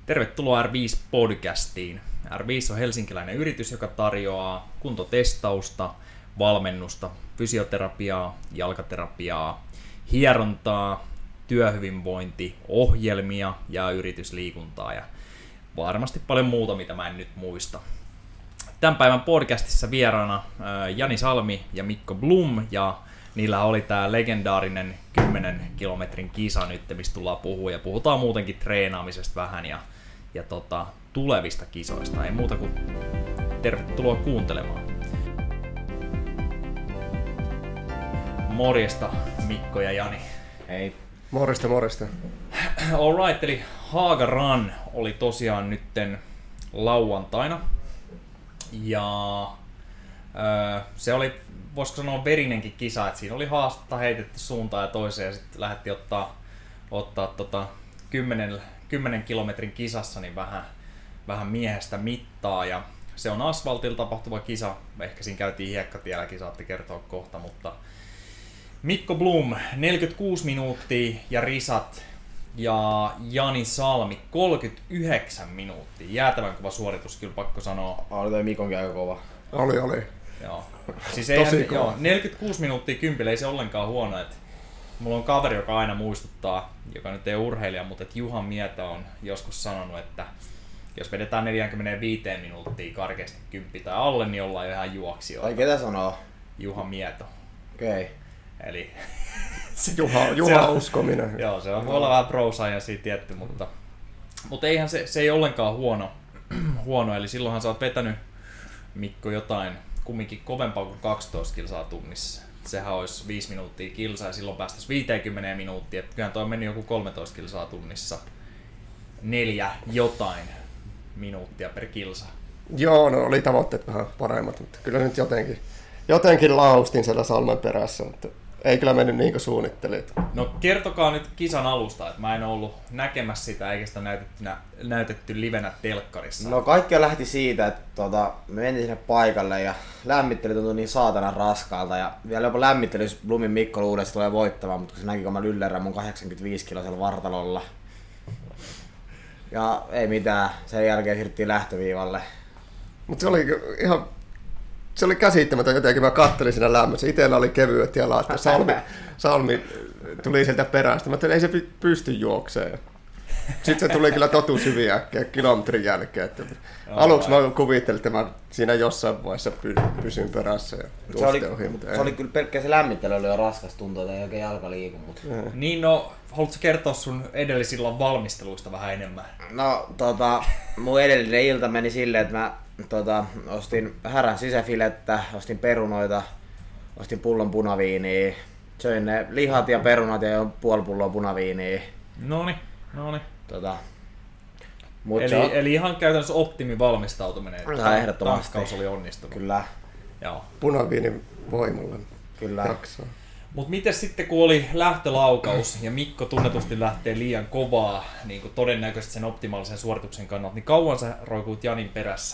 Tervetuloa R5-podcastiin. R5 on helsinkiläinen yritys, joka tarjoaa kuntotestausta, valmennusta, fysioterapiaa, jalkaterapiaa, hierontaa, työhyvinvointiohjelmia ja yritysliikuntaa ja varmasti paljon muuta, mitä mä en nyt muista. Tämän päivän podcastissa vieraana Jani Salmi ja Mikko Blum, ja niillä oli tää legendaarinen 10 kilometrin kisa nyt, mistä tullaan puhua, ja puhutaan muutenkin treenaamisesta vähän ja tulevista kisoista. Ei muuta kuin tervetuloa kuuntelemaan. Morjesta Mikko ja Jani. Hei. Morjesta. Alright, eli Haaga Run oli tosiaan nytten lauantaina. Ja se oli, voisiko sanoa, verinenkin kisa, että siinä oli haastetta heitetty suuntaan ja toiseen ja sitten lähdettiin ottaa 10 kilometrin kisassa niin vähän miehestä mittaa, ja se on asfaltilla tapahtuva kisa, ehkä siinä käytiin hiekkatielläkin, saatte kertoa kohta, mutta Mikko Blum 46 minuuttia ja risat, ja Jani Salmi 39 minuuttia. Jäätävän kova suoritus, kyllä pakko sanoa. Oli toi Mikonkin aika kova. Oli. Joo. Siis eihän, 46 minuuttia kympillä ei se ollenkaan huono. Et mulla on kaveri, joka aina muistuttaa, joka nyt ei ole urheilija, mutta Juha Mieto on joskus sanonut, että jos vedetään 45 minuuttia karkeasti 10 tai alle, niin ollaan jo ihan juoksijoita. Ai ketä sanoo? Juha Mieto. Okei. Eli Juha uskominen. Joo, se on voi olla vähän pro science tietty, mutta eihän se ei ollenkaan huono, eli silloinhan sä oot vetänyt, Mikko, jotain kumminkin kovempaa kuin 12 kilsaa tunnissa. Sehän olisi 5 minuuttia kilsaa ja silloin päästäisiin 50 minuuttia, että kyllähän toi on mennyt joku 13 kilsaa tunnissa. 4 jotain minuuttia per kilsa. Joo, no oli tavoitteet vähän paremmat, mutta kyllä nyt jotenkin laustin siellä Salmen perässä, mutta ei kyllä mennyt niin kuin suunnittelin. No kertokaa nyt kisan alusta, että mä en ollut näkemässä sitä eikä sitä näytetty livenä telkkarissa. No kaikki lähti siitä, että me mentiin sinne paikalle ja lämmittely tuntui niin saatanan raskaalta ja vielä jopa lämmittelys Blumin Mikko luuli, että se tulee voittamaan, mutta kun se näki, kun mä lyllerän mun 85 kiloisella vartalolla. Ja ei mitään, sen jälkeen siirryttiin lähtöviivalle. Mutta se oli käsittämätön jotenkin, mä kattelin siinä lämmössä. Itellä oli kevyet jalat ja Salmi tuli sieltä perästä. Mä ajattelin, ei se pysty juokseen. Sitten se tuli kyllä totuus hyvin äkkiä kilometrin jälkeen. Että aluksi mä kuvittelin, että mä siinä jossain vaiheessa pysyn perässä. Ja se oli kyllä pelkkä se lämmittely oli jo raskas tuntuu, että ei oikein jalka liiku. Mutta. Niin no, haluatko kertoa sun edellisillä valmisteluista vähän enemmän? No mun edellinen ilta meni silleen, että mä ostin härän sisäfilettä, ostin perunoita, ostin pullon punaviiniä, söin ne lihat ja perunat ja puoli pulloa punaviiniä. Noniin. Eli ihan käytännössä optimivalmistautuminen, että ehdottomasti. Tankkaus oli onnistunut. Kyllä. Joo. Punaviinin voimalla. Kyllä. Jaksaa. Mut mites sitten kun oli lähtölaukaus ja Mikko tunnetusti lähtee liian kovaa, niin kuin todennäköisesti sen optimaalisen suorituksen kannalta, niin kauan sä roikuit Janin perässä?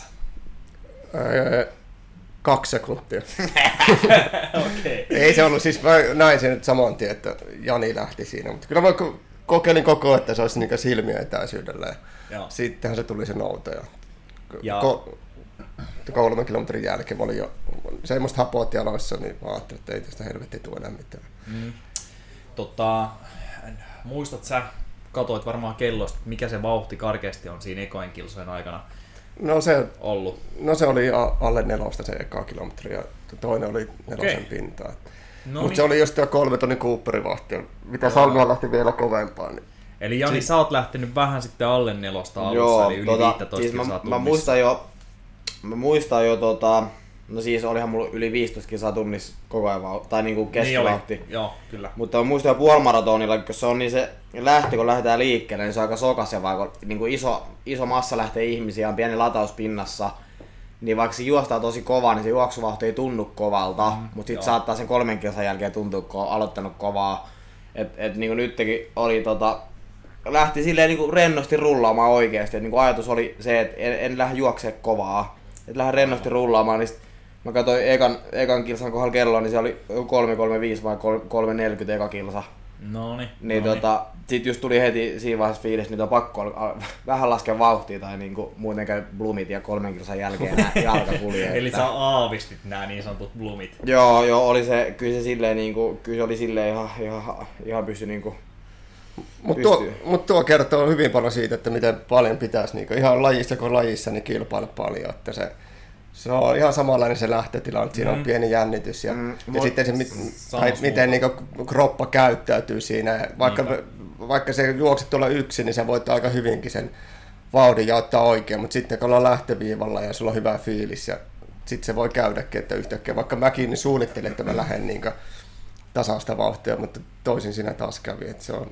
2 sekuntia. Okay. Ei se ollut, siis mä näin sen nyt saman tien, että Jani lähti siinä, mutta kyllä mä kokeilin koko ajan, että se olisi niin silmiä etäisyydellä. Sittenhän se tuli se nouto. Ja 3 kilometrin jälkeen oli jo semmoista hapot jaloissa, niin mä ajattelin, että ei tästä helvetti tule enää mitään. Muistat sä, katoit varmaan kellosta, mikä se vauhti karkeasti on siinä ekojen kilsojen aikana ollut? No se oli alle 4 se eka kilometri ja toinen oli 4 pintaa. Mutta se oli just tuo 3 tonnin Cooperivahti, mitä Salmia lähti vielä kovempaa. Niin. Eli Jani, sä oot lähtenyt vähän sitten alle 4 alussa, eli yli 15 siis kilsaa tunnissa. Mä muistan jo no siis olihan mulla yli 15 kilsaa tunnissa koko ajan tai niinku keskivauhti. Niin joo, kyllä. Mutta mä muistan jo puolimaratonilla, kun se on niin se kun lähdetään liikkeelle, niin se on aika sokasevaa, kun niinku iso massa lähtee ihmisiä, on pieni lataus pinnassa. Niin vaikka se juostaa tosi kovaa, niin se juoksuvauhti ei tunnu kovalta, mutta sitten saattaa sen 3 kilsan jälkeen tuntua, kun on aloittanut kovaa. Et niinku nytkin oli lähti silleen niinku rennosti rullaamaan oikeesti. Et niinku ajatus oli se, että en lähde juoksemaan kovaa. Et lähden rennosti rullaamaan, niin mä katsoin ekan kilsan kohdalla kelloa, niin se oli 3.35 vai 3.40 eka kilsa. Noniin. Niin sit just tuli heti siinä vaiheessa fiilis, nyt on pakko vähän laskea vauhtia tai niinku muuten käy blumit ja 3 kilsan jälkeen nää jalkakulje. Eli sä aavistit nämä niin sanotut blumit. Joo, oli se, kyllä se silleen niinku, kyllä se oli silleen ihan pysty niinku. Mutta tuo kertoo hyvin paljon siitä, että miten paljon pitäisi niinku, ihan lajissa kuin lajissa niin kilpailla paljon, että se on ihan samanlainen se lähtötila, että siinä on pieni jännitys ja sitten se, miten niinku kroppa käyttäytyy siinä. Vaikka se juokset tuolla yksin, niin sä voit aika hyvinkin sen vauhdin jaottaa oikein, mutta sitten kun ollaan lähtöviivalla ja sulla on hyvä fiilis ja sitten se voi käydäkin, että yhtäkkiä vaikka mäkin niin suunnittelin, että mä lähden niinku tasasta vauhtia, mutta toisin siinä taas kävi, että se on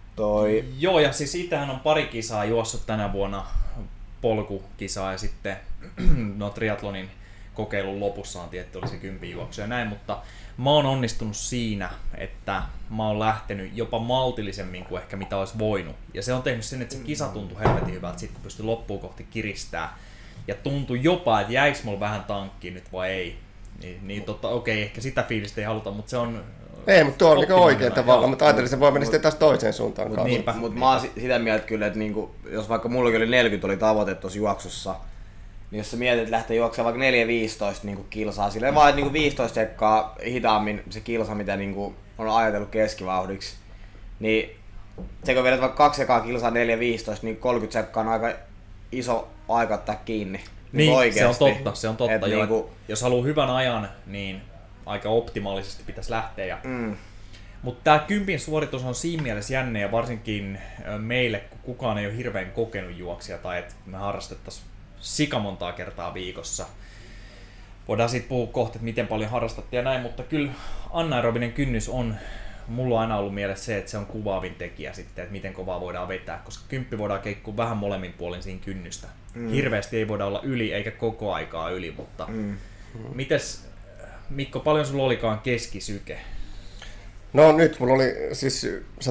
Joo, ja siis itähän on pari kisaa juossut tänä vuonna, polkukisaa ja sitten triathlonin kokeilun lopussa on tietty oli se 10 juoksu ja näin, mutta mä oon onnistunut siinä, että mä oon lähtenyt jopa maltillisemmin kuin ehkä mitä olisi voinut. Ja se on tehnyt sen, että se kisa tuntui helvetin hyvältä, sitten kun pystyi loppuun kohti kiristää. Ja tuntui jopa, että jäikö mulla vähän tankkiin nyt vai ei. Niin okei, ehkä sitä fiilistä ei haluta, mutta se on... Ei, mutta tuo on niin oikein tavalla, mutta ajattelin, että se voi mennä sitten taas toiseen suuntaan kanssa. Mutta mä oon sitä mieltä kyllä, että niinku, jos vaikka mullakin oli 40 oli tavoite tuossa juoksussa, niin jos sä mietit, että lähtee juoksemaan vaikka 4-15 niinku kilsaa, silleen vaan niinku 15 sekkaa hitaammin se kilsa, mitä niinku on ajatellut keskivauhdiksi, niin se kun vedät vaikka 2 ekaa kilsaa 4-15, niin 30 sekkaa on aika iso aika ottaa kiinni. Niin, oikeasti. se on totta. Jo, niinku... Jos haluaa hyvän ajan, niin aika optimaalisesti pitäisi lähteä. Mutta tämä 10 suoritus on siinä mielessä jänne ja varsinkin meille, kun kukaan ei ole hirveän kokenut juoksia tai että me harrastettaisiin sikamontaa kertaa viikossa. Voidaan siitä puhua kohta, että miten paljon harrastettiin ja näin, mutta kyllä anaerobinen kynnys on, mulla on aina ollut mielessä se, että se on kuvaavin tekijä sitten, että miten kovaa voidaan vetää, koska 10 voidaan keikkua vähän molemmin puolin siinä kynnystä. Hirveästi ei voida olla yli eikä koko aikaa yli, mutta mites Mikko, paljon sulla olikaan keskisyke? No nyt mulla oli siis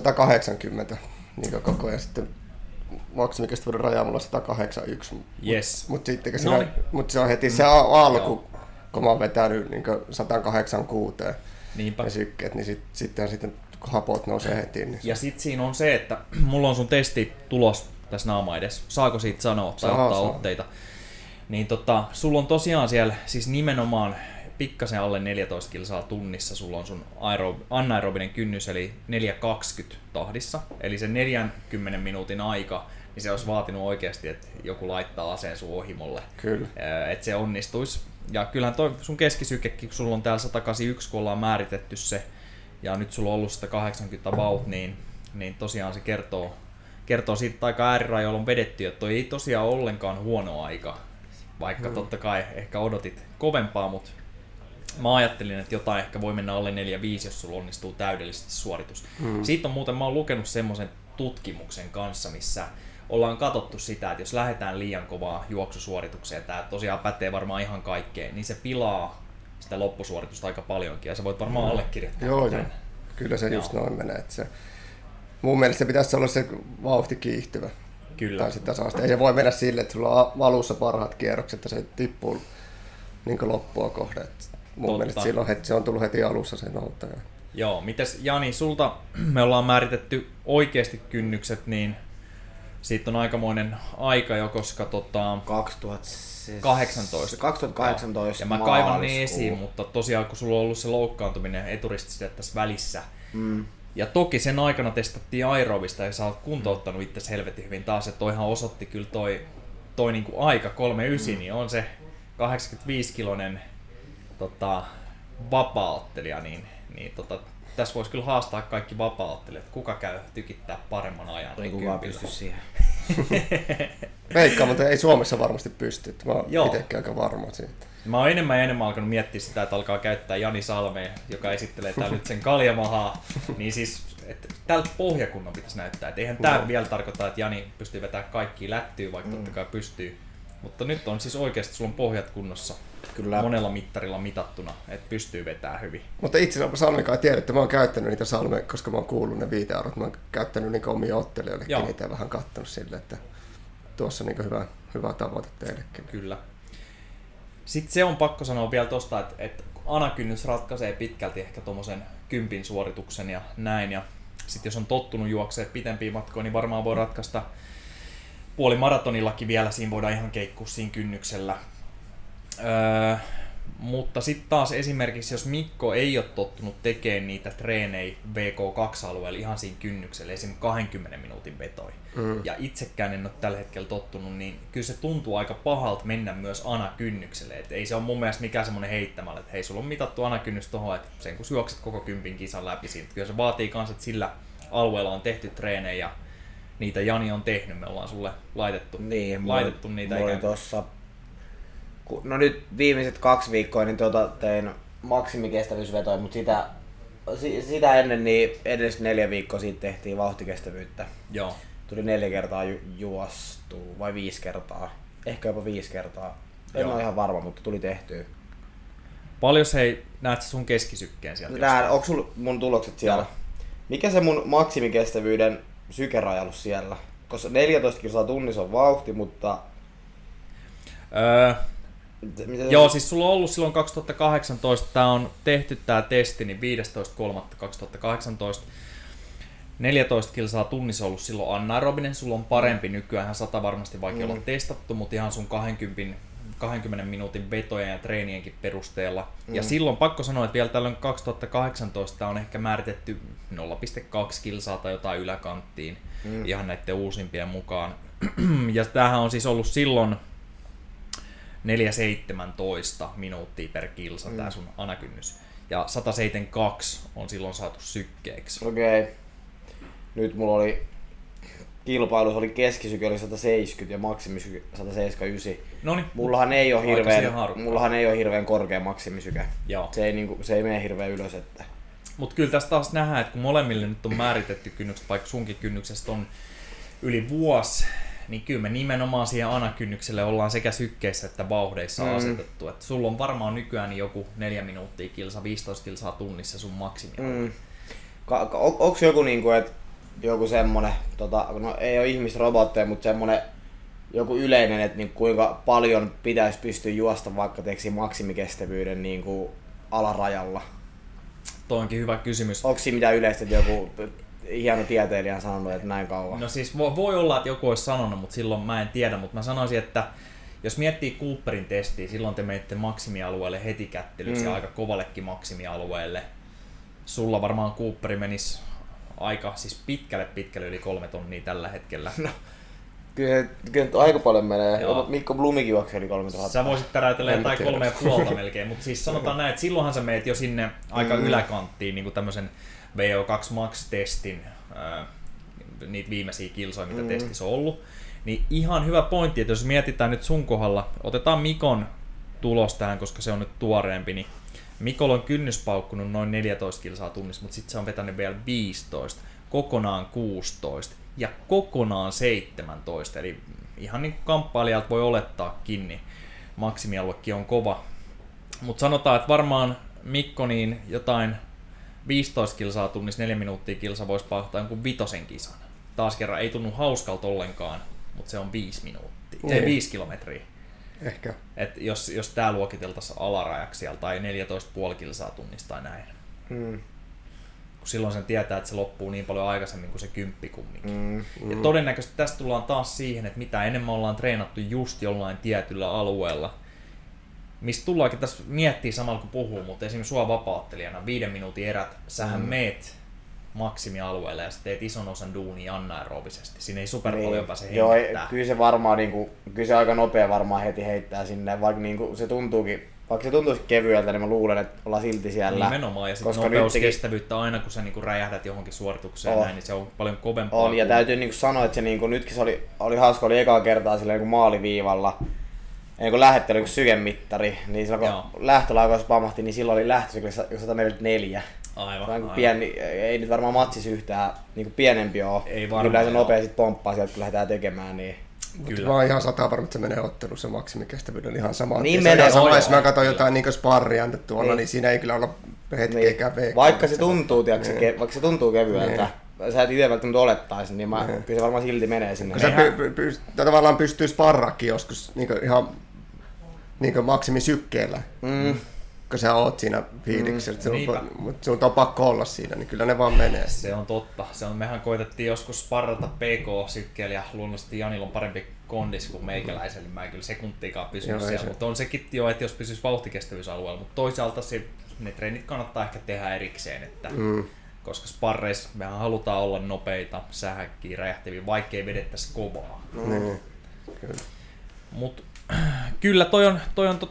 180 niin koko ajan sitten maksimikestävyyden raja mulla on 181. Yes. Mutta se on heti se alku, kun mä oon vetänyt niin 186 Niinpä. sykkeet, niin sitten hapot nousee heti. Niin. Ja sit siinä on se, että mulla on sun testi tulos tässä naama edes. Saako siitä sanoa tai ottaa otteita? Niin sulla on tosiaan siellä siis nimenomaan pikkasen alle 14 kilsaa tunnissa sulla on sun anaerobinen kynnys, eli 4.20 tahdissa. Eli se 40 minuutin aika, niin se olisi vaatinut oikeasti, että joku laittaa aseen sun ohimolle. Kyllä. Että se onnistuisi. Ja kyllähän toi sun keskisykekin, kun sulla on täällä 181, kun ollaan määritetty se, ja nyt sulla on ollut 180 about, niin tosiaan se kertoo siitä, että aika äärirajoilla on vedetty, että toi ei tosiaan ollenkaan huono aika. Vaikka totta kai ehkä odotit kovempaa, mutta mä ajattelin, että jotain ehkä voi mennä alle 4-5, jos sulla onnistuu täydellisesti suoritus. Siitä on muuten, mä oon lukenut semmoisen tutkimuksen kanssa, missä ollaan katsottu sitä, että jos lähdetään liian kovaa juoksusuoritukseen, tämä tosiaan pätee varmaan ihan kaikkeen, niin se pilaa sitä loppusuoritusta aika paljonkin, ja sä voit varmaan allekirjoittaa. Joo. Kyllä se just noin menee. Että se, mun mielestä se pitäisi olla se vauhti kiihtyvä. Kyllä. Tai sitä ei se voi mennä sille, että sulla on alussa parhaat kierrokset ja se tippuu niin loppua kohde. Mun mielestä silloin se on tullut heti alussa se nouta. Joo, mites Jani, sulta me ollaan määritetty oikeasti kynnykset, niin siitä on aikamoinen aika jo, koska 2018 ja mä kaivan ne esiin, mutta tosiaan kun sulla on ollut se loukkaantuminen eturistiside tässä välissä, ja toki sen aikana testattiin aerobista ja sä oot kuntouttanut itse helvetin hyvin taas, että toihan osoitti kyllä toi niinku aika 3.9, niin on se 85-kilonen vapaa-ottelija, niin tässä voisi kyllä haastaa kaikki vapaa-ottelijat, kuka käy tykittää paremman ajan. Ei kukaan pysty siihen. Veikkaan, mutta ei Suomessa varmasti pysty. Mä oon itsekin aika varma siitä. Mä oon enemmän ja enemmän alkanut miettiä sitä, että alkaa käyttää Jani Salmea, joka esittelee täällä nyt sen kaljamahaa. Niin siis, että tältä pohjakunnan pitäisi näyttää. Et eihän tää vielä tarkoita, että Jani pystyy vetämään kaikkia lättyä, vaikka totta kai pystyy. Mutta nyt on siis oikeasti, sulla on pohjat kunnossa. Kyllä. Monella mittarilla mitattuna, että pystyy vetämään hyvin. Mutta itse asiassa Salmikaan ei tiedä, että mä oon käyttänyt niitä Salmeja, koska mä oon kuullut ne 5 €. Mä oon käyttänyt niin omia ottelijoillekin niitä ja vähän kattonut sille, että tuossa on niin hyvä tavoite teillekin. Kyllä. Sitten se on pakko sanoa vielä tosta, että anakynnys ratkaisee pitkälti ehkä tommosen 10 suorituksen ja näin. Ja Sitten jos on tottunut juoksemaan pitempiä matkoja, niin varmaan voi ratkaista puolimaratonillakin vielä. Siinä voidaan ihan keikkua siinä kynnyksellä. Mutta sitten taas esimerkiksi, jos Mikko ei ole tottunut tekemään niitä treenejä VK2-alueella ihan siinä kynnyksellä, esimerkiksi 20 minuutin vetoja, ja itsekään en ole tällä hetkellä tottunut, niin kyllä se tuntuu aika pahalta mennä myös ANA-kynnykselle. Et ei se ole mun mielestä mikään semmoinen heittämällä, että hei, sulla on mitattu ANA-kynnys tohon, että sen kun juokset koko 10 kisan läpi siitä. Kyllä se vaatii myös, että sillä alueella on tehty treenejä ja niitä Jani on tehnyt, me ollaan sulle laitettu niitä ikään kuin. No nyt viimeiset 2 viikkoa niin tein maksimikestävyysvetoja, mutta sitä ennen niin edes 4 viikkoa siitä tehtiin vauhtikestävyyttä. Joo. Tuli 4 kertaa juostua vai 5 kertaa. Ehkä jopa 5 kertaa. En ole ihan varma, mutta tuli tehtyä. Paljon hei, näet sun keskisykkeen sieltä? Onko sulla mun tulokset siellä? Joo. Mikä se mun maksimikestävyyden sykeraja ollut siellä? Koska 14 kilsaa tunnissa on vauhti, mutta... Joo, siis sulla on ollut silloin 2018, tää on tehty tää testi, niin 15.3.2018. 14 kilsaa tunnissa on ollut silloin anaerobinen, sulla on parempi nykyään, 100 varmasti vaikea olla testattu, mutta ihan sun 20 minuutin vetojen ja treenienkin perusteella. Ja silloin pakko sanoa, että vielä tällöin 2018 on ehkä määritetty 0,2 kilsaa tai jotain yläkanttiin ihan näiden uusimpien mukaan. Ja tämähän on siis ollut silloin 4,17 minuuttia per kilsa tää sun anakynnys. Ja 172 on silloin saatu sykkeeksi. Okei. Nyt mulla oli kilpailussa oli keskisyke oli 170 ja maksimisyke 179. Noniin. Mullahan ei ole hirveän korkea maksimisyke. Joo. Se ei mene hirveän ylös. Että... Mutta kyllä tässä taas nähdään, että kun molemmille nyt on määritetty kynnykset, vaikka sunkin kynnyksestä on yli vuosi, niin kyllä me nimenomaan siihen ANA-kynnykselle ollaan sekä sykkeissä että vauhdeissa asetettu. Et sulla on varmaan nykyään joku 4 minuuttia kilsa, 15 kilsaa tunnissa sun maksimi. Onko joku niinku, että joku semmonen, no ei ole ihmisrobotteja, mutta semmonen joku yleinen, että niinku kuinka paljon pitäisi pystyä juosta vaikka maksimikestävyyden niinku alarajalla? Toi onkin hyvä kysymys. Onko siinä mitään yleistä, että joku hieno tieteilijä on sanonut, että näin kauan? No siis voi olla, että joku olisi sanonut, mutta silloin mä en tiedä, mutta mä sanoisin, että jos miettii Cooperin testiä, silloin te menitte maksimialueelle heti kättelyssä ja aika kovallekin maksimialueelle. Sulla varmaan Cooperi menisi aika siis pitkälle yli 3 tonnia tällä hetkellä. No, kyllä aika paljon menee. Joo. Mikko Blumikin juokseli 3000. Sä voisit täräytellä jotain 3,5 melkein, mutta siis sanotaan näin, että silloinhan sä meet jo sinne aika yläkanttiin niin kuin tämmöisen VO2 Max-testin, niitä viimeisiä kilsoja, mitä testissä on ollut. Niin ihan hyvä pointti, että jos mietitään nyt sun kohdalla, otetaan Mikon tulos tähän, koska se on nyt tuoreempi, niin Mikolla on kynnys paukkunut noin 14 kilsaa tunnissa, mutta sitten se on vetänyt vielä 15, kokonaan 16 ja kokonaan 17. Eli ihan niin kuin kamppailijalta voi olettaakin, niin maksimialuekin on kova. Mutta sanotaan, että varmaan Mikko niin jotain 15 kilsaa tunnissa, 4 minuuttia kilsa voisi paukuttaa jonkun 5 kisan. Taas kerran ei tunnu hauskalta ollenkaan, mutta se on 5 minuuttia, ei 5 kilometriä. Ehkä. Et jos tää luokiteltaisiin alarajaksi siellä, tai 14,5 kilsaa tunnista tai näin. Kun silloin sen tietää, että se loppuu niin paljon aikaisemmin kuin se 10 kumminkin. Ja todennäköisesti tästä tullaan taas siihen, että mitä enemmän ollaan treenattu just jollain tietyllä alueella, mistä tullaankin tässä miettiä samalla kun puhuu, mutta esimerkiksi sua vapaattelijana 5 minuutin erät, sähän meet maksimialueelle ja sä teet ison osan duunia anaerobisesti. Siinä ei super paljon pääse hengittää. Kyllä se varmaan kyllä se aika nopea varmaan heti heittää sinne, vaikka se tuntuukin kevyeltä, niin mä luulen, että ollaan silti siellä. Nimenomaan, ja sitten nopeuskestävyyttä aina kun sä räjähdät johonkin suoritukseen näin, niin se on paljon kovempaa. On, ja täytyy sanoa, että se nytkin se oli hauska, oli ekaa kertaa silleen maaliviivalla. Ja kun lähettely sykemittari, niin silloin kun lähtölaukaus pamahti, niin silloin oli lähtösyklissä 144. Aivan. Pieni, ei nyt varmaan matsissa yhtään niin pienempi ole. Ei varmaan. Kyllä se nopea sit pomppaa sieltä, kun lähdetään tekemään. Niin. Kyllä. Mä oon ihan 100 varma, että se menee ottelussa maksimikestävyyden ihan sama. Niin menee. Jos mä katson jotain niin sparria tuolla, niin siinä ei kyllä olla hetkeäkään veikkaa. Vaikka se tuntuu kevyeltä. Sä et itse välttämättä olettaisi, niin kyllä se varmaan silti menee sinne. Tavallaan pystyy sparraakin joskus ihan maksimisykkeellä. kun sä oot siinä fiiliksessä, mutta sun on pakko olla siinä, niin kyllä ne vaan menee. Se on totta. Mehän koitettiin joskus sparrata PK-sykkeellä ja luonnollisesti Janilla on parempi kondis kuin meikäläisellä, niin mä en kyllä sekuntiikaan pysynyt siellä, mutta on sekin jo, että jos pysyisi vauhtikestävyysalueella, mutta toisaalta ne treenit kannattaa ehkä tehdä erikseen, että koska sparreissa mehän halutaan olla nopeita, sähäkkiä, räjähtäviä, vaikkei vedettäisi kovaa. Mut kyllä toi on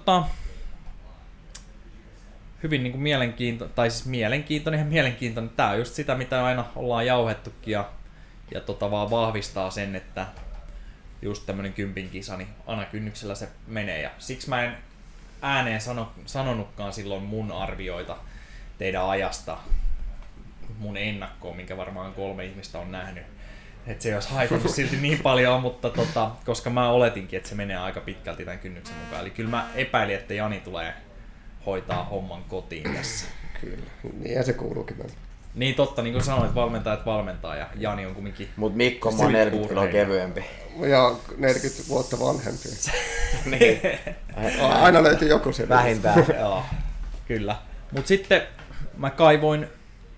hyvin niin kuin mielenkiintoinen ja mielenkiintoinen. Tää on just sitä, mitä aina ollaan jauhettukin ja vaan vahvistaa sen, että just tämmönen 10 kisa, niin aina kynnyksellä se menee. Ja siksi mä en ääneen sanonutkaan silloin mun arvioita teidän ajasta, mun ennakkoon, minkä varmaan 3 ihmistä on nähnyt. Että se ei olisi haitannut silti niin paljon, mutta koska mä oletinkin, että se menee aika pitkälti tämän kynnyksen mukaan. Eli kyllä mä epäilin, että Jani tulee hoitaa homman kotiin tässä. Kyllä, niinhän se kuuluukin. Niin totta, niin kuin sanoit, valmentajat valmentaa ja Jani on kumminkin... Mut Mikko on 40 kiloa kevyempi. Ja 40 vuotta vanhempi. Niin. Aina löytyy joku siellä. Vähintään. Joo, kyllä. Mut sitten mä kaivoin...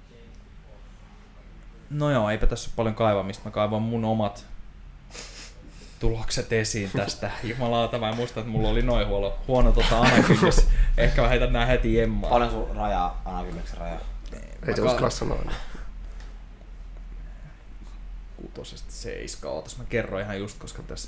No joo, eipä tässä ole paljon kaivamista. Mä kaivoin mun omat tulokset esiin tästä. Jumalauta, mä en muista, että mulla oli noin huono anakynnys. Ehkä mä heitän nää heti jemmaan. Paljon sun rajaa, anakynnyksen rajaa? Ei se uskalla sanoa. 6-7. Ootas mä kerron ihan just, koska tässä...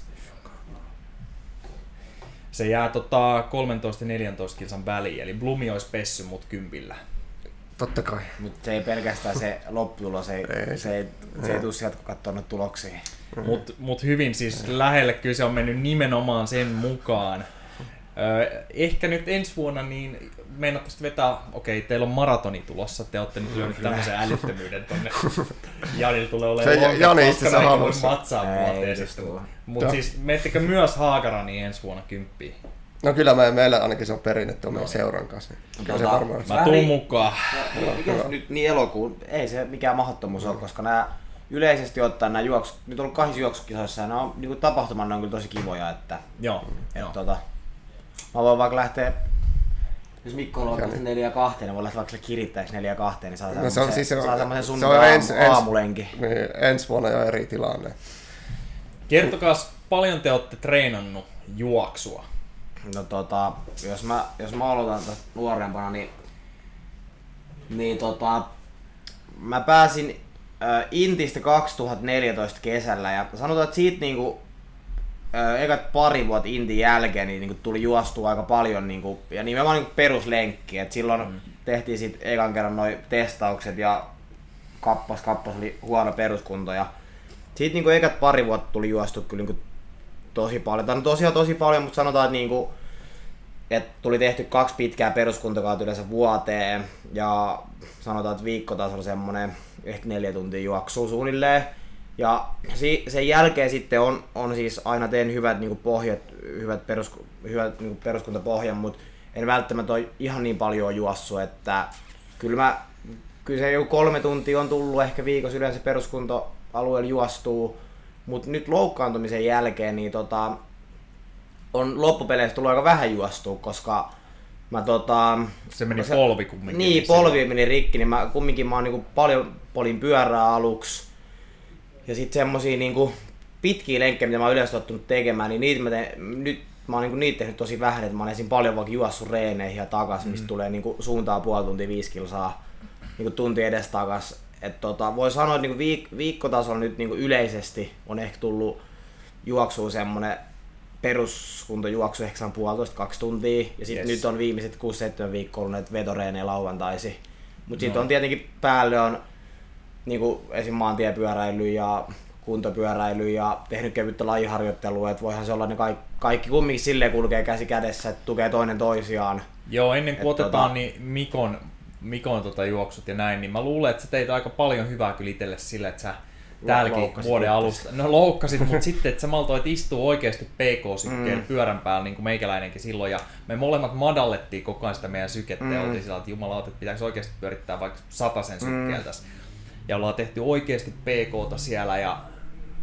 Se jää 13 ja 14 kilsan väliin, eli Blumi olisi pessy mut 10. Totta kai. Mutta se ei pelkästään se lopputulos, se ei tule sieltä, kun katsoo noita tuloksia. Mut hyvin siis lähelle kyllä se on mennyt nimenomaan sen mukaan. Ehkä nyt ensi vuonna niin meinattaisiin vetää, okei, teillä on maratoni tulossa, te olette nyt lyönyt tämmöisen älyttömyyden tonne. Janilla tulee olemaan Jani itse asiassa halusi. matsaa mutta siis menettekö myös Haagaraniin ensi vuonna 10? No kyllä meillä ainakin se on perinne tuon meidän seuran kanssa. Se varmaan. Mä tuun mukaan. Jos nyt niin elokuun, ei se mikään mahdottomuus ole, koska nämä yleisesti ottaen nämä juoksut, nyt on ollut 2 juoksukisoissa ja nämä on niin tapahtuman, ne on kyllä tosi kivoja, että mä voin vaikka lähteä, jos Mikko on ollut 4-2, niin voi lähteä vaikka kirittäjäksi 4-2, niin saa semmoisen sunnuntai aamulenki. Niin, ensi vuonna jo eri tilanne. Kertokaa, paljon te olette treenannut juoksua? No jos mä aloitan tästä nuorempana, niin mä pääsin Intistä 2014 kesällä ja sanotaan, että siitä niinku ekat pari vuotta Intin jälkeen niin niinku tuli juostua aika paljon niinku, ja nimenomaan niinku peruslenkki, et silloin tehtiin sit ekan kerran noi testaukset ja kappas oli huono peruskunto ja siitä niinku ekat pari vuotta tuli juostua kyllä niinku tosi paljon. Tämä on tosiaan tosi paljon, mutta sanotaan, että, niinku, että tuli tehty 2 pitkää peruskuntokautta yleensä vuoteen ja sanotaan, että viikkotasolla semmoinen ehkä 4 tuntia juoksua suunnilleen. Ja sen jälkeen sitten on siis aina teen hyvät niinku pohjat, hyvät niinku peruskuntapohjan, mutta en välttämättä ole ihan niin paljon juossut, että kyllä se joku 3 tuntia on tullut ehkä viikossa yleensä peruskuntoalueella juostuu. Mutta nyt loukkaantumisen jälkeen niin on loppupeleissä tullut aika vähän juostua, koska mä se meni polvi kumminkin. Niin, polvi meni rikki, niin mä oon niinku paljon polin pyörää aluksi. Ja sit semmosia niinku pitkiä lenkkejä, mitä mä oon yleensä tottunut tekemään, niin nyt mä oon niinku niitä tehnyt tosi vähän, että mä oon esim. Paljon vaikka juossut reeneihin ja takas, mistä tulee niinku suuntaan puoli tuntia 5 kilsaa niinku tunti edes takas. Voi sanoa, että niinku viikkotasolla nyt niinku yleisesti on ehkä tullut juoksua semmonen peruskuntojuoksu ehkä 1,5-2 tuntia. Ja sitten nyt on viimeiset 6-7 viikkoa ollut näitä vetoreenejä lauantaisi. Mutta sitten on tietenkin päälle on niinku esim. Maantiepyöräily ja kuntopyöräily ja tehnyt kevyttä lajiharjoittelua. Että voihan se olla ne kaikki kumminkin silleen kulkee käsi kädessä, että tukee toinen toisiaan. Joo, ennen kuin otetaan niin Mikon juoksut ja näin, niin mä luulen, että sä teit aika paljon hyvää kyllä itselle sillä, että sä täälläkin vuoden alusta... No loukkasit, mutta sitten, että sä maltoit istua oikeasti PK-sykkeen pyörän päällä, niin kuin meikäläinenkin silloin, ja me molemmat madallettiin koko ajan sitä meidän sykettä, ja oltiin sillä, että jumalauta, että pitääkö oikeasti pyörittää vaikka 100 sykkeellä tässä. Ja ollaan tehty oikeasti PK:ta siellä, ja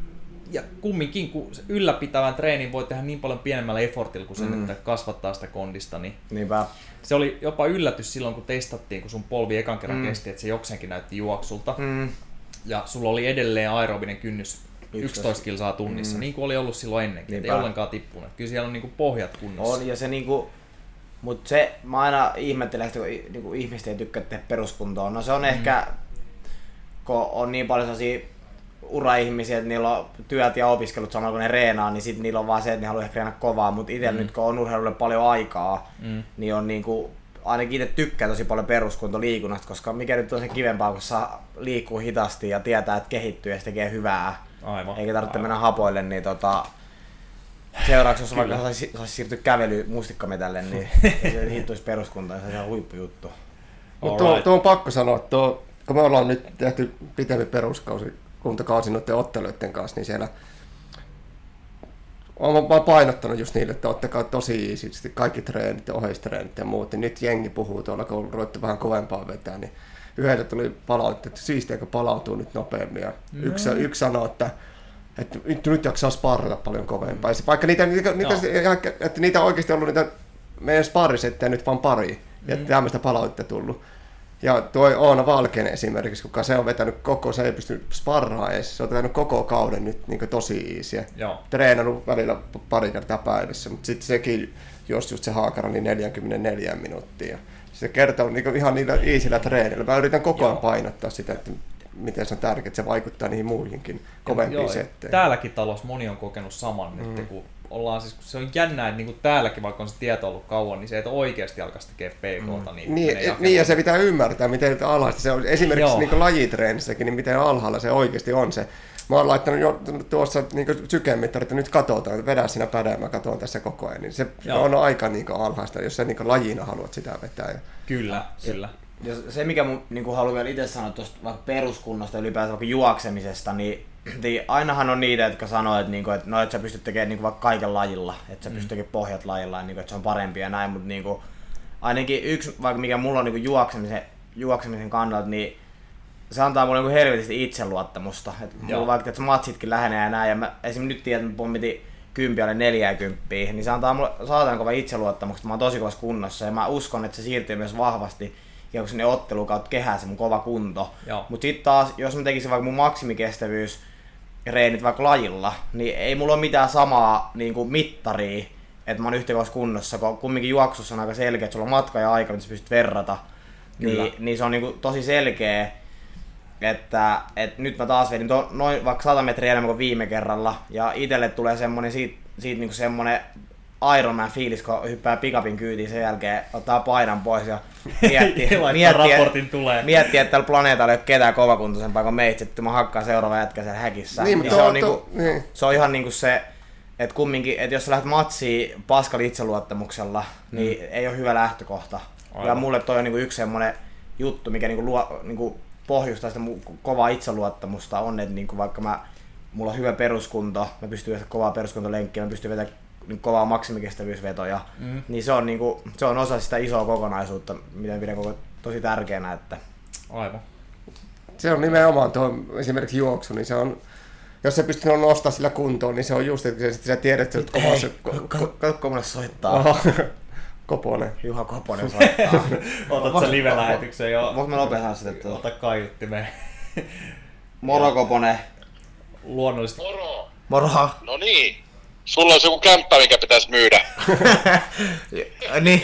ja kumminkin, kun ylläpitävän treenin voi tehdä niin paljon pienemmällä effortilla kuin sen, että kasvattaa sitä kondista, niin Niinpä. se oli jopa yllätys silloin, kun testattiin, kun sun polvi ekan kerran kesti, että se jokseenkin näytti juoksulta. Ja sulla oli edelleen aerobinen kynnys 11 kilsaa tunnissa, niin kuin oli ollut silloin ennenkin, et ei ollenkaan tippunut. Kyllä siellä on niinku pohjat kunnossa. On, ja se niinku, mut se, mä aina ihmettelen, että kun niinku ihmiset ei tykkää tehdä peruskuntoa. No se on ehkä, kun on niin paljon sellaisia uraihmisiä, että niillä on työt ja opiskelut samalla kun ne reenaa, niin sit niillä on vaan se, että ne haluaa ehkä reenaa kovaa, mutta itsellä nyt kun on urheilulle paljon aikaa, niin on niinku, ainakin itse tykkää tosi paljon peruskuntoliikunnasta, koska mikä nyt on se kivempaa, kun saa liikkuu hitaasti ja tietää, että kehittyy ja se tekee hyvää. Aivan. Eikä tarvitse mennä hapoille, niin seuraavaksi jos vaikka saisi siirtyä kävelyyn mustikkametälle, niin se hiittuisi peruskuntaan, se on ihan huippujuttu. Mutta tuo on pakko sanoa, että kun me ollaan nyt tehty pitempi peruskausi noiden otteluiden kanssa, niin siellä olen painottanut just niille, että ottakaa tosi easy kaikki treenit ja oheistreenit ja muut. Ja nyt jengi puhuu tuolla, kun on ruvettu vähän kovempaa vetää, niin yhdeltä tuli palautetta, että siistiä, kun palautuu nyt nopeammin. Ja yksi sanoi, että nyt jaksaa sparrata paljon kovempaa. Vaikka niitä on oikeasti ollut niitä meidän sparrisettejä nyt vaan pari, ja tämmöistä palautetta tullut. Ja tuo Oona Valkenen esimerkiksi, kuka se on vetänyt se ei pysty sparraamaan edes, se on vetänyt koko kauden nyt niin tosi easyä. Treenannut välillä pari kertaa päivässä, mutta sitten sekin juosi just se haakara niin 44 minuuttia. Se kertoo niin ihan niillä easyllä treenillä. Mä yritän koko ajan painottaa sitä, että miten se on tärkeää, että se vaikuttaa niihin muihinkin kovempiin setteihin. Täälläkin talossa moni on kokenut saman nyt, kun ollaan siis, se on jännää, että niin täälläkin, vaikka on se tieto ollut kauan, niin se, että oikeasti alkaisi tekemään PK:ta. Niin, ja se pitää ymmärtää, miten alhaista se on. Esimerkiksi niin lajitreenissä,kin niin miten alhaalla se oikeasti on se. Mä oon laittanut jo tuossa niin sykemittarit, että nyt katsotaan, vedä siinä pädään, mä katson tässä koko ajan. Niin se on aika niin alhaista, jos sä niin lajina haluat sitä vetää. Kyllä. Ja se, mikä mun niin haluan vielä itse sanoa tuosta vaikka peruskunnasta ylipäätään vaikka juoksemisesta, niin ainahan on niitä, jotka sanoo, että, niinku, että no, et sä pystyt tekemään niinku, vaikka kaiken lajilla, että sä pystyt tekemään pohjat lajilla, ja, niinku, että se on parempi ja näin, mutta niinku, ainakin yksi, vaikka mikä mulla on niinku, juoksemisen kannalta, niin se antaa mulle niinku, helvetisti itseluottamusta. Mulla vaikka että matsitkin lähenee ja näin, ja mä esimerkiksi nyt tiedän, että pommitin 10 alle 40, niin se antaa mulle saatan kova itseluottamusta, mä oon tosi kovassa kunnossa, ja mä uskon, että se siirtyy myös vahvasti ja kun sinne ottelun kautta kehää se mun kova kunto. Mutta sitten taas, jos mä tekisin vaikka mun maksimikestävyys reenit vaikka lajilla, niin ei mulla ole mitään samaa niin kuin mittaria, että mä oon yhtä kovassa kunnossa, kun kumminkin juoksussa on aika selkeä, että sulla on matka ja aika, mitä sä pystyt verrata. Niin se on niin kuin tosi selkeä, että nyt mä taas vedin noin vaikka 100 metriä enemmän kuin viime kerralla, ja itselle tulee semmonen siitä niin kuin semmonen Ironman fiilis, kun hyppää pikapin kyytiin sen jälkeen, ottaa painan pois ja miettii, että tällä planeetalla ei ole ketään kovakuntoisempaa kuin meitä, että mä hakkaan seuraava jätkä siellä häkissä. Niin, se on ihan niinku se, että kumminkin, että jos sä lähdet matsiin paskalla itseluottamuksella, niin ei ole hyvä lähtökohta. Aivan. Ja mulle toi on niinku yksi semmonen juttu, mikä niinku pohjustaa sitä kovaa itseluottamusta on, että niinku vaikka mulla on hyvä peruskunto, mä pystyn vetämään kovaa peruskuntolenkkiä, mä pystyn vetämään kovaa maksimikestävyysvetoja, niin se on osa sitä isoa kokonaisuutta, mitä pidän tosi tärkeänä. Että aivan. Se on nimenomaan tuo esimerkiksi juoksu, niin se on, jos sä pystyt nostaa sillä kuntoon, niin se on just, että sä tiedät, että kovassa... Katso, mulle soittaa. Koponen. Juha Koponen soittaa. Otat sä live-lähetyksen jo. Voinko mä nopeasti sitten? Ota kaiuttimeen. Moro Koponen. Luonnollisesti. Moro. No niin. Sulla on joku kämppä, mikä pitäisi myydä. niin.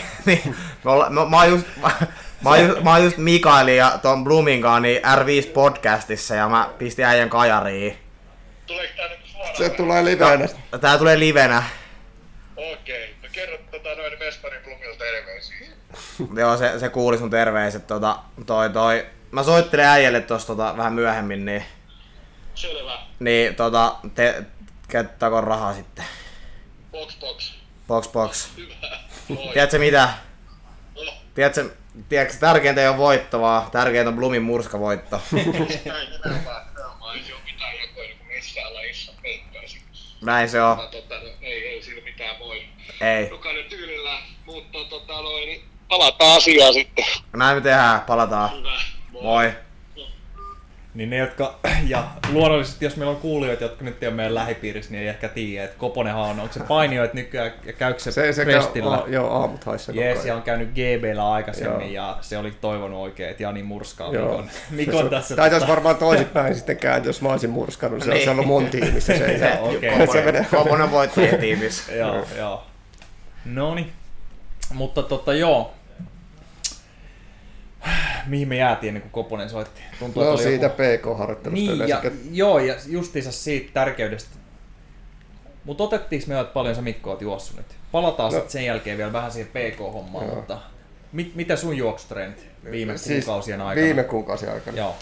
Mä oon just Mikaelin ja ton Blumin kanssa niin R5 podcastissa ja mä pistin äijän kajariin. Tuleeko tää nyt suoraan? Se tulee livenä. Tää tulee livenä. Okei. No kerro noin Mestari Blumilta terveisiä. Joo, se kuuli sun terveiset. Mä soittelen äijälle tossa vähän myöhemmin, niin... Selvä. Niin käyttääkö rahaa sitten? Box. Hyvä. Tiedätkö mitä? No. Tiedätkö, tärkeintä ei ole voitto, vaan tärkeintä on Blumin murskavoitto. Näin nimenomaan. Ei ole mitään jakoja kuin missään lajissa peikkaisi. Näin se on. Ei sillä mitään voi. Ei. Jokainen tyylillä, mutta niin palataan asiaan sitten. Näin me tehdään, palataan. Hyvä. Moi. Niin ne, jotka, ja luonnollisesti jos meillä on kuulijoita, jotka nyt ei ole meidän lähipiirissä, niin ei ehkä tiedä, että Koponenhan onko se painioit nykyään ja käykö se Prestillä? Joo, aamut haissa koko Jees, ajan. ja on käynyt GB:llä aikaisemmin Joo. ja se oli toivonut oikein, että Jani murskaa Joo. Mikon tässä. Taitaisi varmaan toisinpäin sitten kääntyä, jos mä olisin murskannut. Se olisi ollut mun tiimissä se. Okei. Se menee. Koponen voittajien tiimissä. Joo. Noniin. Mutta joo. Mihin me jäätiin ennen kuin Koponen soitti? Tuntuu, No että oli siitä joku... PK-harjoittelusta Niin, yleensä. ja justiinsa siitä tärkeydestä. Mutta otettiinko me, että paljon sä Mikko oot juossut nyt? Palataan sitten sen jälkeen vielä vähän siihen PK-hommaan, Joo. mutta mitä sun juoksutrendit viime kuukausien aikana? Viime kuukausien aikana. Joo.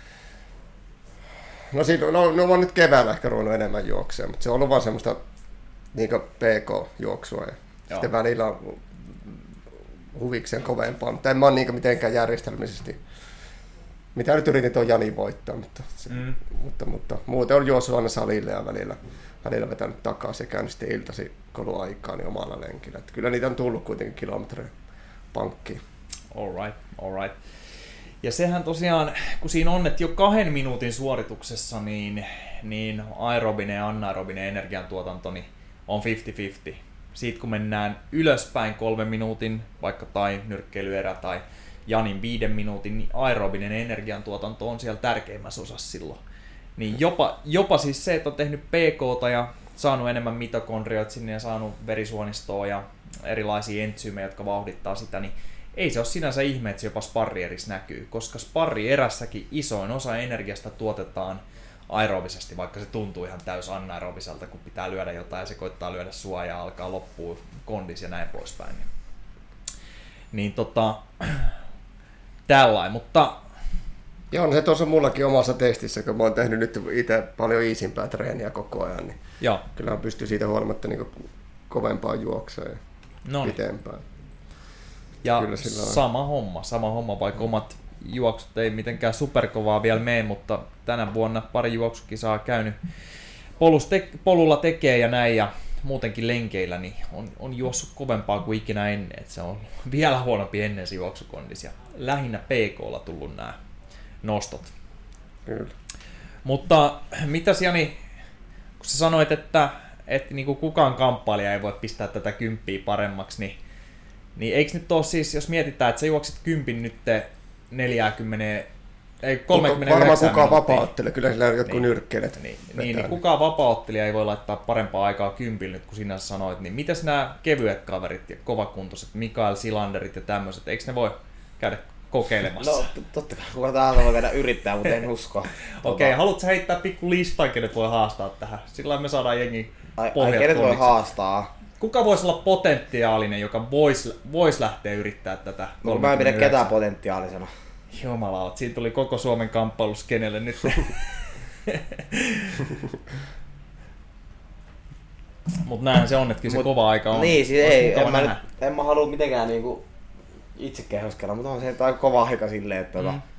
No siinä, no mä oon nyt keväällä ehkä ruvennut enemmän juokseen, mutta se on ollut vaan semmoista niinku PK-juoksua ja sitten välillä on huvikseen kovempaa, mutta en mä oon niinku mitenkään järjestelmisesti. Mitä nyt yritin tuon Jani voittaa, mutta muuten on juossut aina salille ja välillä vetänyt takaisin ja käynyt sitten iltasi kouluaikaan niin omalla lenkillä. Että kyllä niitä on tullut kuitenkin kilometrejä pankkiin. Alright. Ja sehän tosiaan, kun siinä on, että jo 2 minuutin suorituksessa niin aerobinen ja anaerobinen energiantuotanto niin on 50-50. Siitä kun mennään ylöspäin 3 minuutin, vaikka tai nyrkkeilyerä tai Janin 5 minuutin, niin aerobinen energiantuotanto on siellä tärkeimmässä osassa silloin. Niin jopa siis se, että on tehnyt PK:ta ja saanut enemmän mitokondrioita sinne ja saanut verisuonistoa ja erilaisia entsyymejä, jotka vauhdittaa sitä, niin ei se ole sinänsä ihme, että se jopa sparrierissä näkyy, koska sparrierässäkin isoin osa energiasta tuotetaan aerobisesti, vaikka se tuntuu ihan täys anaerobiselta, kun pitää lyödä jotain ja se koittaa lyödä sua ja alkaa loppua kondis ja näin poispäin. Niin tällainen, mutta... Joo, no se tuossa mullakin omassa testissä, kun mä oon tehnyt nyt itse paljon iisimpää treeniä koko ajan, niin joo. kyllä pystyy siitä huolimatta niin kovempaa juokseen pitempään. Ja kyllä sama homma, vaikka omat juoksut ei mitenkään superkovaa vielä mene, mutta tänä vuonna pari juoksukisaa käynyt polulla tekee ja näin ja muutenkin lenkeillä, niin on juossut kovempaa kuin ikinä ennen, että se on vielä huonompi ennen se juoksukondis ja lähinnä PK:lla tullut nämä nostot. Kyllä. Mutta mitäs Jani, kun sä sanoit, että niinku kukaan kamppailija ei voi pistää tätä 10 paremmaksi, niin eikö nyt ole siis, jos mietitään, että sä juoksit 10 nyt 39 varmaan kukaan vapaa-ottelee, kyllä sillä jotkut nyrkkeilijät niin kukaan vapaa-ottelija ei voi laittaa parempaa aikaa 10 nyt, kun sinä sanoit, niin mitäs nämä kevyet kaverit ja kovakuntoiset, Mikael Silanderit ja tämmöiset, eikö ne voi käydä kokeilemassa? No totta kai, kuka tahansa voi käydä yrittää, mutta en usko. Okei, haluatko sä heittää pikku listan, kenet voi haastaa tähän? Sillä me saadaan jengi pohjat kenet voi koniksi. haastaa? Kuka voisi olla potentiaalinen, joka voisi lähteä yrittää tätä? No, mä en pidä ketään potentiaalisena. Jumala, siinä tuli koko Suomen kamppailuskenelle nyt. Mut näinhän se on, että se kova aika on. Niin, siis ei, en mä halua mitenkään niinku itse kehoskella, mutta on se aika kova aika silleen, että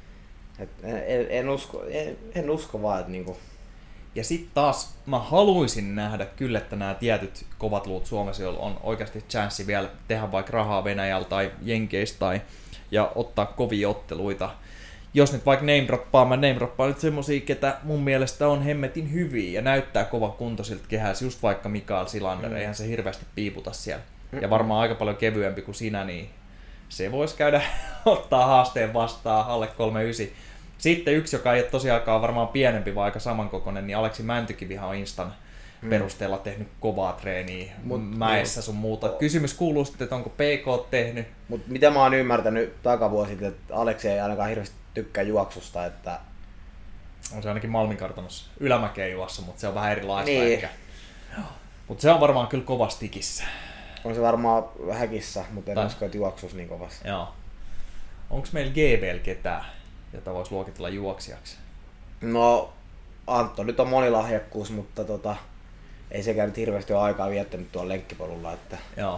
en usko vaan, että niinku... Ja sit taas mä haluaisin nähdä kyllä, että nämä tietyt kovat luut Suomessa, joilla on oikeasti chanssi vielä tehdä vaikka rahaa Venäjällä tai Jenkeistä ja ottaa kovia otteluita. Jos nyt vaikka mä name droppaan nyt semmosia, ketä mun mielestä on hemmetin hyviä ja näyttää kova kuntoisilta kehässä, just vaikka Mikael Silander, eihän se hirveästi piiputa siellä. Ja varmaan aika paljon kevyempi kuin sinä, niin se voisi käydä ottaa haasteen vastaan alle 39. Sitten yksi, joka ei ole tosiaankaan varmaan pienempi, vaan aika samankokoinen, niin Aleksi Mäntykivihan on Instan perusteella tehnyt kovaa treeniä mäessä sun muuta. Kysymys kuuluu sitten, että onko PK tehnyt? Mutta mitä mä oon ymmärtänyt takavuosit, että Aleksi ei ainakaan hirveästi tykkää juoksusta, että... On se ainakin Malminkartanossa ylämäkeen juossa, mutta se on vähän erilaista niin. ehkä. Mutta se on varmaan kyllä kovastikissä. On se varmaan häkissä, mutta en usko, että juoksus niin kovassa. Joo. Onko meillä GBL ketään, jota voisi luokitella juoksijaksi? No, Antto nyt on monilahjakkuus, mutta ei sekään nyt hirveästi ole aikaa viettänyt tuolla lenkkipolulla. Että... Joo.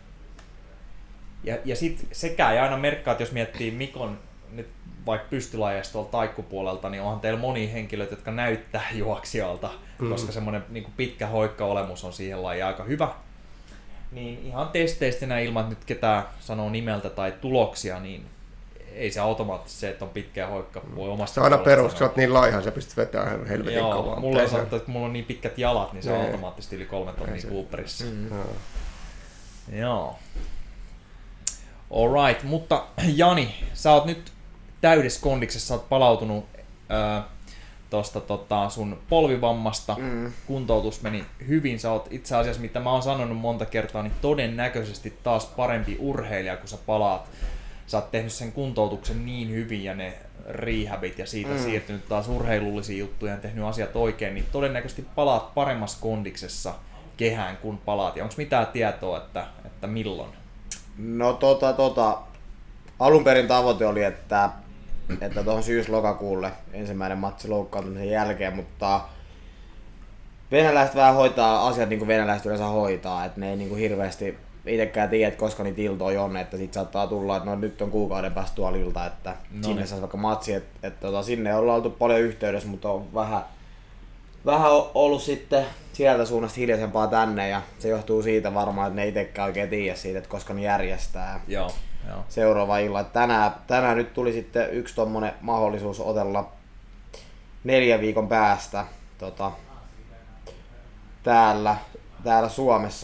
Ja sitten sekään ei aina merkkaa, että jos miettii Mikon nyt vaikka pystylajeista tuolta taikkupuolelta, niin onhan teillä monia henkilöitä, jotka näyttää juoksijalta, koska semmoinen niin pitkä hoikka olemus on siihen lajiin aika hyvä. Niin ihan testeistä ilman, että nyt ketään sanoo nimeltä tai tuloksia, niin ei se automaattisesti se, että on pitkä hoikka, voi omasta Se on aina puolestaan perus, kun sä oot niin laiha, sä pystyt vetämään ihan helvetin Joo, kovaa. mulla on sanottu, että kun mulla on niin pitkät jalat, niin se on Ei. automaattisesti yli 3 tonnia Cooperissa. Joo. Joo. Alright, mutta Jani, sä oot nyt täydessä kondiksessa, sä oot palautunut tosta sun polvivammasta, kuntoutus meni hyvin, sä oot itse asiassa, mitä mä oon sanonut monta kertaa, niin todennäköisesti taas parempi urheilija, kun sä palaat. Sä oot tehnyt sen kuntoutuksen niin hyvin ja ne rehabit ja siitä siirtynyt taas urheilullisiin juttuja ja tehnyt asiat oikein, niin todennäköisesti palaat paremmassa kondiksessa kehään, kun palaat. Ja onko mitään tietoa, että milloin? No alun perin tavoite oli, että tuohon syys-lokakuulle ensimmäinen matsi loukkaantumisen jälkeen, mutta venäläiset vähän hoitaa asiat niin kuin venäläiset yleensä hoitaa, että ne ei niin kuin hirveästi itsekään tiedä, että koska niitä iltoja on, että sit saattaa tulla, että no nyt on kuukauden päästä tuolla ilta, että sinne saisi vaikka matsi, että sinne ollaan oltu paljon yhteydessä, mutta on vähän ollut sitten sieltä suunnasta hiljaisempaa tänne ja se johtuu siitä varmaan, että ne itsekään oikein tiedä siitä, että koska ne järjestää seuraava illa. Tänään nyt tuli sitten yksi tommonen mahdollisuus otella 4 viikon päästä täällä Suomessa,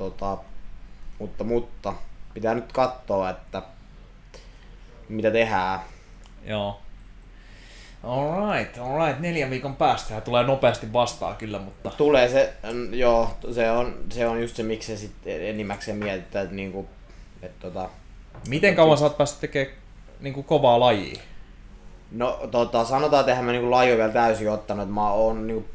mutta pitää nyt katsoa, että mitä tehdään. Joo. Alright, 4 viikon päästä tulee nopeasti vastaan kyllä, mutta... Tulee se on just se, miksi se sitten enimmäkseen mietitään, että niinku, Miten kauan sä oot päässyt tekemään niinku kovaa lajia? No sanotaan, että eihän mä niinku laji vielä täysin ottanut, että mä oon nyt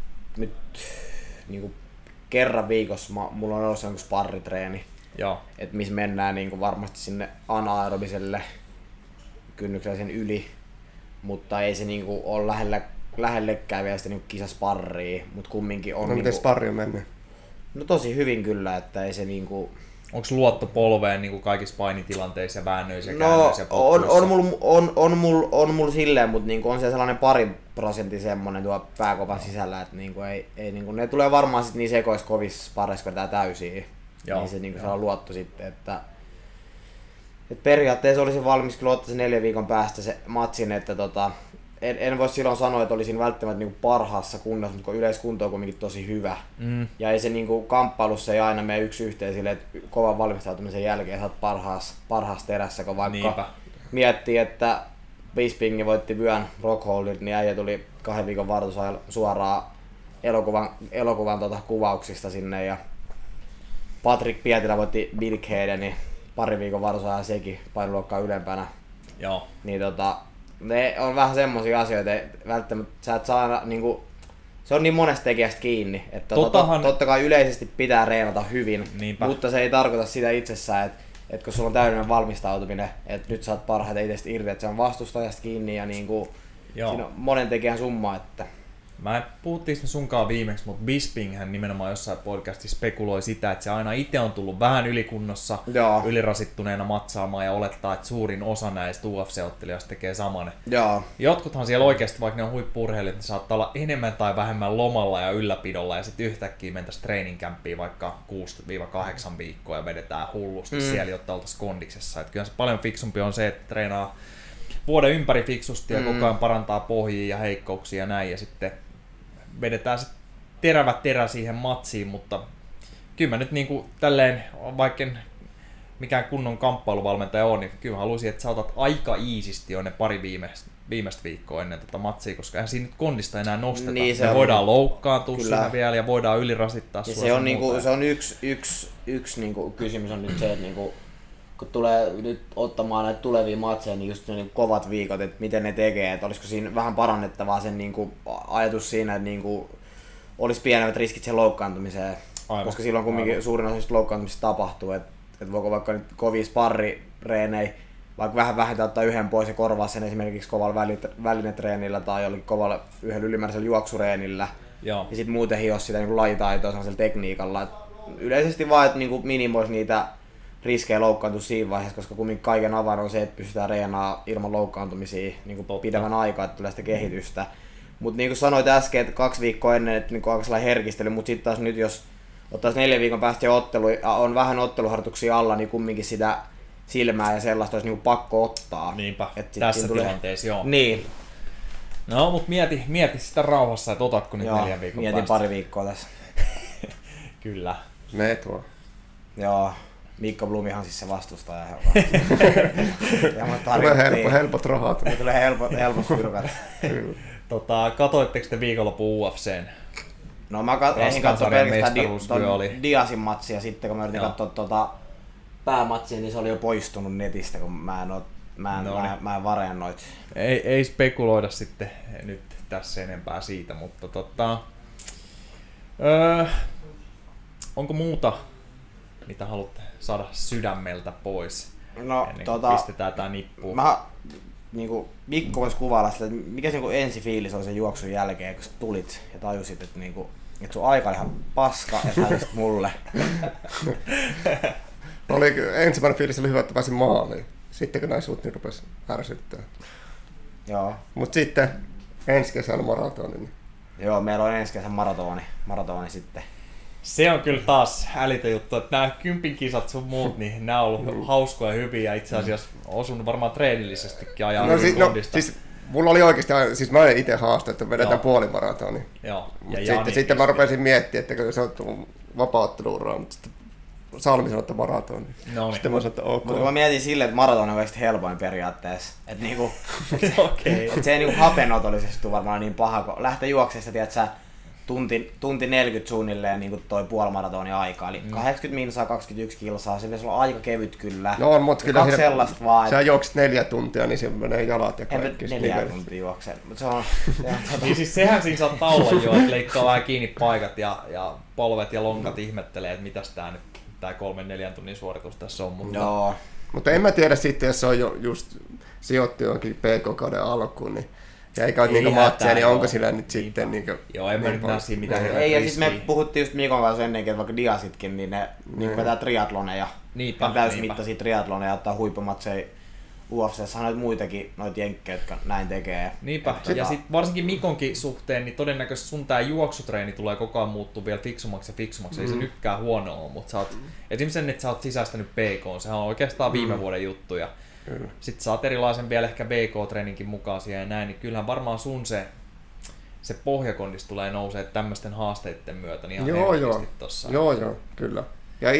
niinku kerran viikossa mulla on ollut joku sparritreeni. Joo. Et missä mennään niinku varmasti sinne anaerobiselle kynnykselle sen yli, mutta ei se niinku ole lähellekään vielä sitä niinku kisasparria, mut kumminkin on. No miten sparri on mennyt? No tosi hyvin kyllä, että ei se niinku... Onks luotto polveen niinku kaikissa painitilanteissa ja väännöissä ja No käännöissä ja potkuissa? on mulla silleen, mutta niinku on se sellainen 2% semmonen tuo pääkopan sisällä, että niinku ei niinku, ne tulee varmaan sit niin sekois kovissa sparreissa, kun tää täysiä. Joo, niin se niinku saa luotto sitten, että periaatteessa olisin valmis kyllä ottaa se 4 viikon päästä se matsin, että en voi silloin sanoa, että olisin välttämättä niinku parhaassa kunnossa, mutta yleiskunto on kuitenkin tosi hyvä. Ja ei se niinku kamppailussa ei aina mene yksi yhteen silleen, että kovan valmistautumisen jälkeen sä oot parhaassa terässä, kun vaikka miettii, että Bisping voitti vyön Rockholdit, niin äijä tuli 2 viikon varoitusajalla suoraan elokuvan kuvauksista sinne ja Patrick Pietilä voitti Bilkheiden, niin 2 viikon varoitusajalla sekin painoluokkaa ylempänä. Joo. Niin ne on vähän semmosia asioita, että välttämättä sä et saa aina niinku, se on niin monesta tekijästä kiinni, että totta kai yleisesti pitää reenata hyvin, mutta se ei tarkoita sitä itsessään, että kun sulla on täydellinen valmistautuminen, että nyt saat parhaiten itsestä irti, että se on vastustajasta kiinni ja niinku, siinä on monen tekijän summa, että... Puhuttiin sitten sunkaan viimeksi, mutta Bispinghän nimenomaan jossain podcastissa spekuloi sitä, että se aina itse on tullut vähän ylikunnossa, ylirasittuneena matsaamaan ja olettaa, että suurin osa näistä UFC-ottelijoista tekee saman. Joo. Jotkuthan siellä oikeasti, vaikka ne on huippu-urheilijat, niin saattaa olla enemmän tai vähemmän lomalla ja ylläpidolla ja sitten yhtäkkiä mentäisiin treeninkämppiin vaikka 6-8 viikkoa ja vedetään hullusti siellä, jotta oltaisiin kondiksessa. Että kyllä se paljon fiksumpi on se, että treenaa vuoden ympäri fiksusti ja koko ajan parantaa pohjia ja heikkouksia ja näin ja sitten vedetään sitten terävä terä siihen matsiin, mutta kyllä mä nyt niinku tälleen, vaikka mikään kunnon kamppailuvalmentaja on, niin kyllä haluaisin, että sä otat aika iisisti jo ne pari viimeistä viikkoa ennen tätä matsia, koska eihän siinä nyt kondista enää nosteta. Niin, me voidaan loukkaantua siinä vielä ja voidaan ylirasittaa ja se on, niinku, se on yksi niinku kysymys on nyt se, että niinku, kun tulee nyt ottamaan näitä tulevia matseja, niin just ne niin kovat viikot, että miten ne tekee, että olisiko siinä vähän parannettavaa sen niin kuin, ajatus siinä, että niin kuin, olisi pienemmät riskit sen loukkaantumiseen, koska silloin kumminkin suurin osa loukkaantumisesta tapahtuu, että voiko vaikka nyt kovia sparrireenejä, vaikka vähän vähintään ottaa yhden pois ja korvaa sen esimerkiksi kovalla välinetreenillä tai jollakin kovalla yhdellä ylimääräisellä juoksureenillä, ja sitten muuten hioisi sitä niin lajitaitoa sellaisella tekniikalla, et yleisesti vaan, että niin minimoisi niitä riskejä loukkaantua siinä vaiheessa, koska kumminkin kaiken avain on se, että pystytään reenaamaan ilman loukkaantumisia niin pidemmän aikaa, että tulee sitä kehitystä. Mutta niin kuin sanoit äsken, että 2 viikkoa ennen, että niin aika sellainen herkistely, mutta sitten taas nyt jos ottaisi 4 viikon päästä jo ottelu ja on vähän otteluharjoituksia alla, niin kumminkin sitä silmää ja sellaista olisi niinku pakko ottaa. Niinpä, Et sit tässä siinä tulee- tilanteessa joo. Niin, No, mut mieti sitä rauhassa, että otatko nyt joo, 4 viikon mietin päästä. pari viikkoa tässä. Kyllä. Meet vaan. Joo, Mikko Blumihan siis se vastustaja. Ja mä Tulee tarjottiin. helpot rahat. Tulee helpot fyrkat. Kyllä. Katoitteko te viikonlopun UFCn? No mä eihin katso Raskansarjan pelkästään mestaruusyö oli. Diasin matsia sitten, kun mä yritin Joo. katsoa päämatsia, niin se oli jo poistunut netistä, kun mä en vareen noit. Ei spekuloida sitten nyt tässä enempää siitä, mutta onko muuta, mitä haluatte saada sydämeltä pois No ennen kuin pistetään tää nippuun? Niinku, Mikko voisi kuvailla sitä, että mikä se niinku ensifiilis oli sen juoksun jälkeen, kun sä tulit ja tajusit, että, niinku, että sun aika oli ihan paska ja hävisit mulle. Oli ensimmäinen fiilis oli hyvä, että pääsin maaliin. Sitten kun näin sut, niin rupesi ärsyttää. Joo. Mut sitten ensi kesänä maratoni. Niin Joo, meillä on ensi kesän maratoni sitten. Se on kyllä taas älytön juttu, että nämä 10 kisat sun muut, niin nämä on ollut hauskoja ja hyviä ja itse asiassa osunut varmaan treenillisestikin ajaa hyvin kondista. siis mulla oli oikeasti, siis mä itse haastoin, että vedetään Joo. puolimaratoni. Joo. Sitten mä rupesin miettimään, että kun se on vapaa-otteluuraa, mutta sitten Salmi sanoi, että maratoni. No niin. Sitten mä sanoin, että ok. Mutta mä mietin silleen, että maratoni on oikeasti helpoin periaatteessa. Että niinku, Okei. et se ei niinku hapenotollisesti tule varmaan niin paha, kun lähtee juokseesta, tiedät sä, tunti 40 suunnilleen niin toi puolimaratonin aika. Eli 80 minsaa, 21 kilsaa, se pitäisi olla aika kevyt kyllä. No on, mutta kyllä kaksi sellaista vaan. Sä juoksit 4 tuntia, niin se menee jalat ja En kaikki. mä 4 tuntia juokse, mutta se on... Niin siis sehän siinä saattaa olla jo, että leikkaa vähän kiinni paikat ja polvet ja lonkat ihmettelee, että mitäs tää nyt, tää 3-4 tunnin suoritus tässä on. Mutta Joo. Mutta en mä tiedä sitten, jos se on jo just sijoittu johonkin PK-kauden alkuun, niin ja eikä ole niinku hätää, matseja, niin joo. onko sillä nyt Niinpä. sitten niinku... Joo, en mä nyt näe siinä mitään Ei, ja riskiä. sitten me puhuttiin just Mikon kanssa ennenkin, että vaikka Diasitkin, niin ne niin vetää triatloneja. Niinpä, on täysmittaisia triatloneja, ottaa huippumatseja UFC:ssä on noita muitakin, noita jenkkejä, jotka näin tekee. Niinpä, ja sitten varsinkin Mikonkin suhteen, niin todennäköisesti sun tää juoksutreeni tulee koko ajan muuttuu vielä fiksummaksi ja fiksummaksi. Ei se nytkään huono ole, mutta sä oot, esimerkiksi sen, että sä oot sisäistänyt PK, sehän on oikeastaan viime vuoden juttu. Ja sitten saat erilaisen vielä ehkä BK-treeninkin mukaan siihen ja näin, niin kyllähän varmaan sun se pohjakondis tulee nousee tämmöisten haasteiden myötä niin ihan helposti tossa. Joo, kyllä. Ja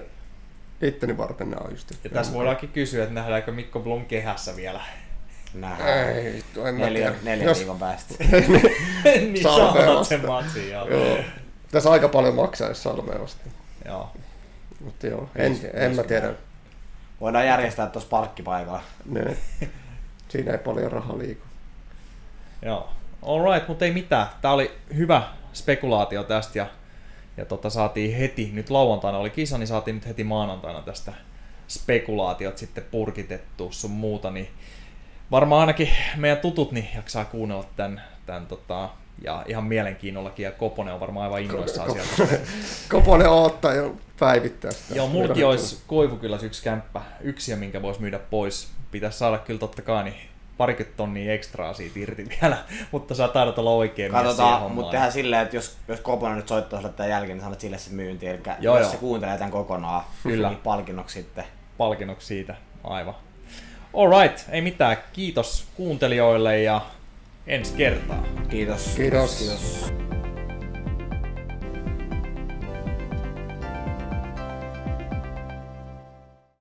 itteni varten nämä on just. Ja tässä voidaankin kysyä, että nähdäänkö Mikko Blom kehässä vielä. Nähdään. Ei vittu, en mä tiedä. 4 viikon päästä. Niin Salmeen saatat vasta. sen matsin, joo. Joo. Pitäisi aika paljon maksaa, jos Salmeen ostaa. Joo. Mutta joo, en mä tiedä. Voidaan järjestää tuossa parkkipaikalla. Ne. Siinä ei paljon rahaa liiku. Joo. Alright, mutta ei mitään. Tää oli hyvä spekulaatio tästä ja saatiin heti, nyt lauantaina oli kisa, niin saatiin nyt heti maanantaina tästä spekulaatiot sitten purkitettu sun muuta, niin varmaan ainakin meidän tutut niin jaksaa kuunnella tän ja ihan mielenkiinnollakin, ja Koponen on varmaan aivan innoissaan sieltä. Koponen odottaa jo päivittää sitä. Joo, mullakin olisi Koivukylläs yksi kämppä, yksiä, minkä voisi myydä pois. Pitäisi saada kyllä totta kai niin 20 tonnia ekstraa siitä irti vielä, mutta sä taidat olla oikein mies siihen Katsotaan, hommaan. mutta tehdään silleen, että jos Koponen nyt soittaa sulle tämän jälkeen, niin sanot sille se myynti. Eli Joo, jos joo. se kuuntelee tämän kokonaan, Kyllä. niin palkinnoksi sitten. Palkinnoksi siitä, aivan. Alright, ei mitään. Kiitos kuuntelijoille ja ensi kertaa. Kiitos. Kiitos. Kiitos.